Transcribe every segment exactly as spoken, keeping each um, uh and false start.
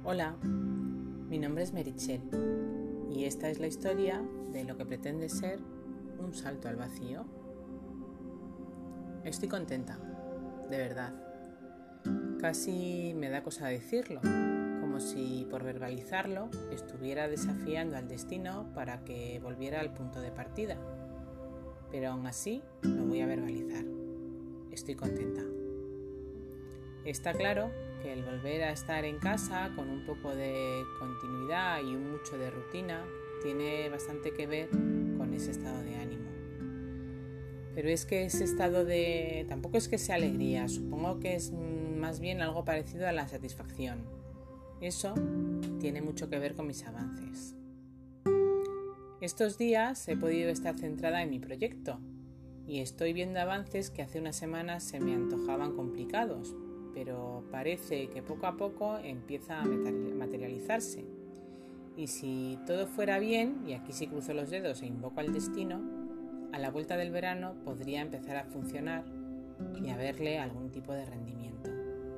Hola, mi nombre es Meritxell y esta es la historia de lo que pretende ser un salto al vacío. Estoy contenta, de verdad. Casi me da cosa decirlo, como si por verbalizarlo estuviera desafiando al destino para que volviera al punto de partida. Pero aún así lo voy a verbalizar. Estoy contenta. Está claro que el volver a estar en casa con un poco de continuidad y un mucho de rutina tiene bastante que ver con ese estado de ánimo. Pero es que ese estado de... tampoco es que sea alegría, supongo que es más bien algo parecido a la satisfacción. Eso tiene mucho que ver con mis avances. Estos días he podido estar centrada en mi proyecto y estoy viendo avances que hace unas semanas se me antojaban complicados, pero parece que poco a poco empieza a materializarse. Y si todo fuera bien, y aquí sí cruzo los dedos e invoco al destino, a la vuelta del verano podría empezar a funcionar y a verle algún tipo de rendimiento.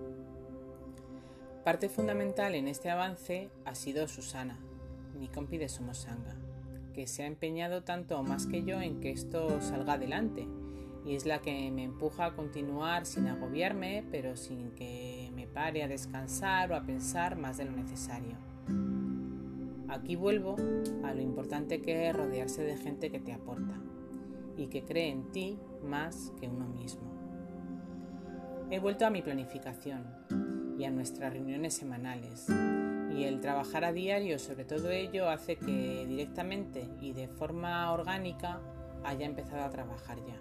Parte fundamental en este avance ha sido Susana, mi compi de Somosanga, que se ha empeñado tanto o más que yo en que esto salga adelante, y es la que me empuja a continuar sin agobiarme, pero sin que me pare a descansar o a pensar más de lo necesario. Aquí vuelvo a lo importante que es rodearse de gente que te aporta y que cree en ti más que uno mismo. He vuelto a mi planificación y a nuestras reuniones semanales, y el trabajar a diario sobre todo ello hace que directamente y de forma orgánica haya empezado a trabajar ya.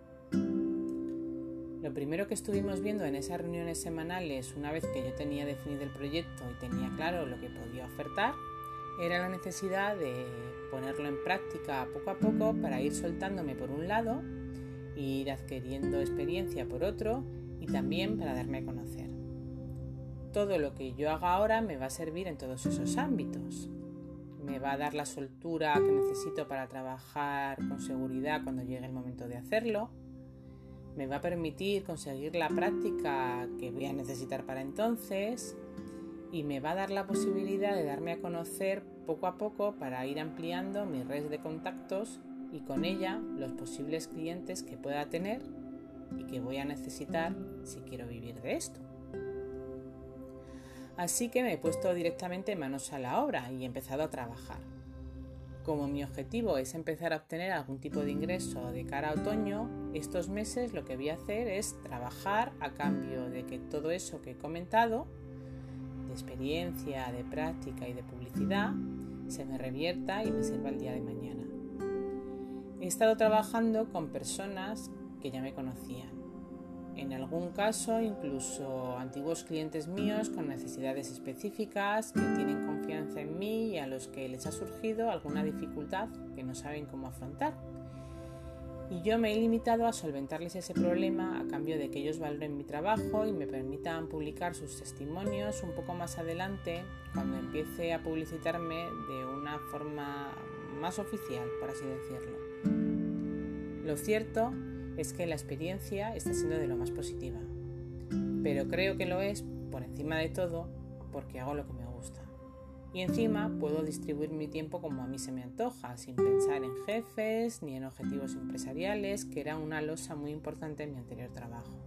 Lo primero que estuvimos viendo en esas reuniones semanales, una vez que yo tenía definido el proyecto y tenía claro lo que podía ofertar, era la necesidad de ponerlo en práctica poco a poco para ir soltándome por un lado, ir adquiriendo experiencia por otro y también para darme a conocer. Todo lo que yo haga ahora me va a servir en todos esos ámbitos. Me va a dar la soltura que necesito para trabajar con seguridad cuando llegue el momento de hacerlo. Me va a permitir conseguir la práctica que voy a necesitar para entonces y me va a dar la posibilidad de darme a conocer poco a poco para ir ampliando mi red de contactos y con ella los posibles clientes que pueda tener y que voy a necesitar si quiero vivir de esto. Así que me he puesto directamente manos a la obra y he empezado a trabajar. Como mi objetivo es empezar a obtener algún tipo de ingreso de cara a otoño, estos meses lo que voy a hacer es trabajar a cambio de que todo eso que he comentado, de experiencia, de práctica y de publicidad, se me revierta y me sirva el día de mañana. He estado trabajando con personas que ya me conocían. En algún caso, incluso antiguos clientes míos con necesidades específicas que tienen confianza en mí y a los que les ha surgido alguna dificultad que no saben cómo afrontar. Y yo me he limitado a solventarles ese problema a cambio de que ellos valoren mi trabajo y me permitan publicar sus testimonios un poco más adelante cuando empiece a publicitarme de una forma más oficial, por así decirlo. Lo cierto es que la experiencia está siendo de lo más positiva, pero creo que lo es, por encima de todo, porque hago lo que me gusta. Y encima puedo distribuir mi tiempo como a mí se me antoja, sin pensar en jefes ni en objetivos empresariales, que era una losa muy importante en mi anterior trabajo.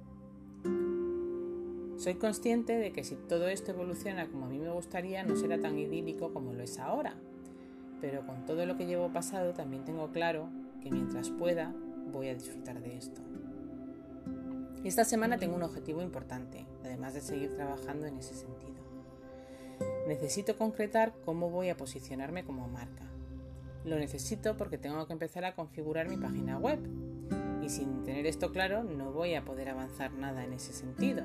Soy consciente de que si todo esto evoluciona como a mí me gustaría, no será tan idílico como lo es ahora, pero con todo lo que llevo pasado también tengo claro que mientras pueda, voy a disfrutar de esto. Esta semana tengo un objetivo importante, además de seguir trabajando en ese sentido. Necesito concretar cómo voy a posicionarme como marca. Lo necesito porque tengo que empezar a configurar mi página web y sin tener esto claro no voy a poder avanzar nada en ese sentido.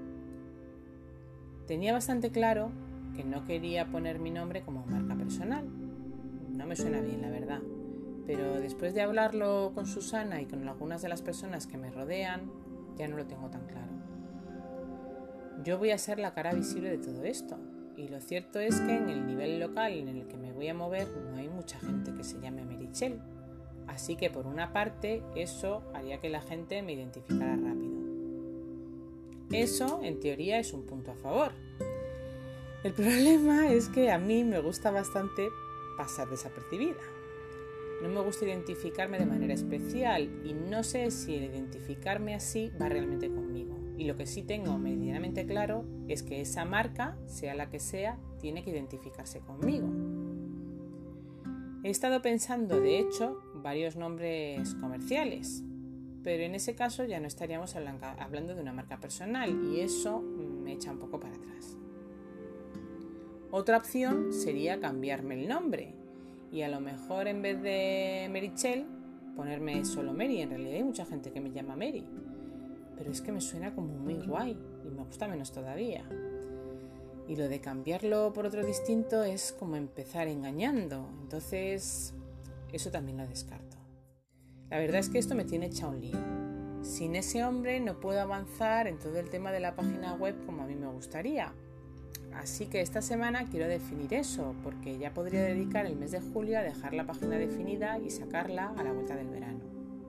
Tenía bastante claro que no quería poner mi nombre como marca personal. No me suena bien, la verdad. Pero después de hablarlo con Susana y con algunas de las personas que me rodean, ya no lo tengo tan claro. Yo voy a ser la cara visible de todo esto, y lo cierto es que en el nivel local en el que me voy a mover no hay mucha gente que se llame Meritxell, así que por una parte eso haría que la gente me identificara rápido. Eso, en teoría, es un punto a favor. El problema es que a mí me gusta bastante pasar desapercibida. No me gusta identificarme de manera especial y no sé si el identificarme así va realmente conmigo. Y lo que sí tengo medianamente claro es que esa marca, sea la que sea, tiene que identificarse conmigo. He estado pensando, de hecho, varios nombres comerciales, pero en ese caso ya no estaríamos hablando de una marca personal y eso me echa un poco para atrás. Otra opción sería cambiarme el nombre y a lo mejor en vez de Meritxell ponerme solo Mary. En realidad hay mucha gente que me llama Mary, pero es que me suena como muy guay y me gusta menos todavía. Y lo de cambiarlo por otro distinto es como empezar engañando, entonces eso también lo descarto. La verdad es que esto me tiene hecha un lío. Sin ese hombre no puedo avanzar en todo el tema de la página web como a mí me gustaría. Así que esta semana quiero definir eso, porque ya podría dedicar el mes de julio a dejar la página definida y sacarla a la vuelta del verano.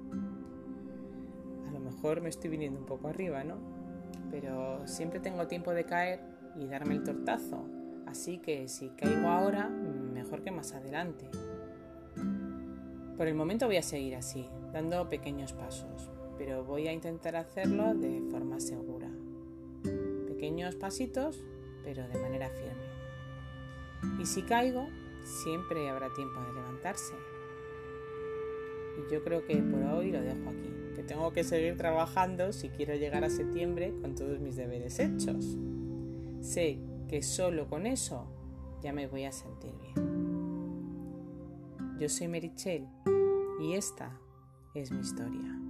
A lo mejor me estoy viniendo un poco arriba, ¿no? Pero siempre tengo tiempo de caer y darme el tortazo, así que si caigo ahora, mejor que más adelante. Por el momento voy a seguir así, dando pequeños pasos, pero voy a intentar hacerlo de forma segura. Pequeños pasitos, pero de manera firme. Y si caigo, siempre habrá tiempo de levantarse. Y yo creo que por hoy lo dejo aquí, que tengo que seguir trabajando si quiero llegar a septiembre con todos mis deberes hechos. Sé que solo con eso ya me voy a sentir bien. Yo soy Meritxell y esta es mi historia.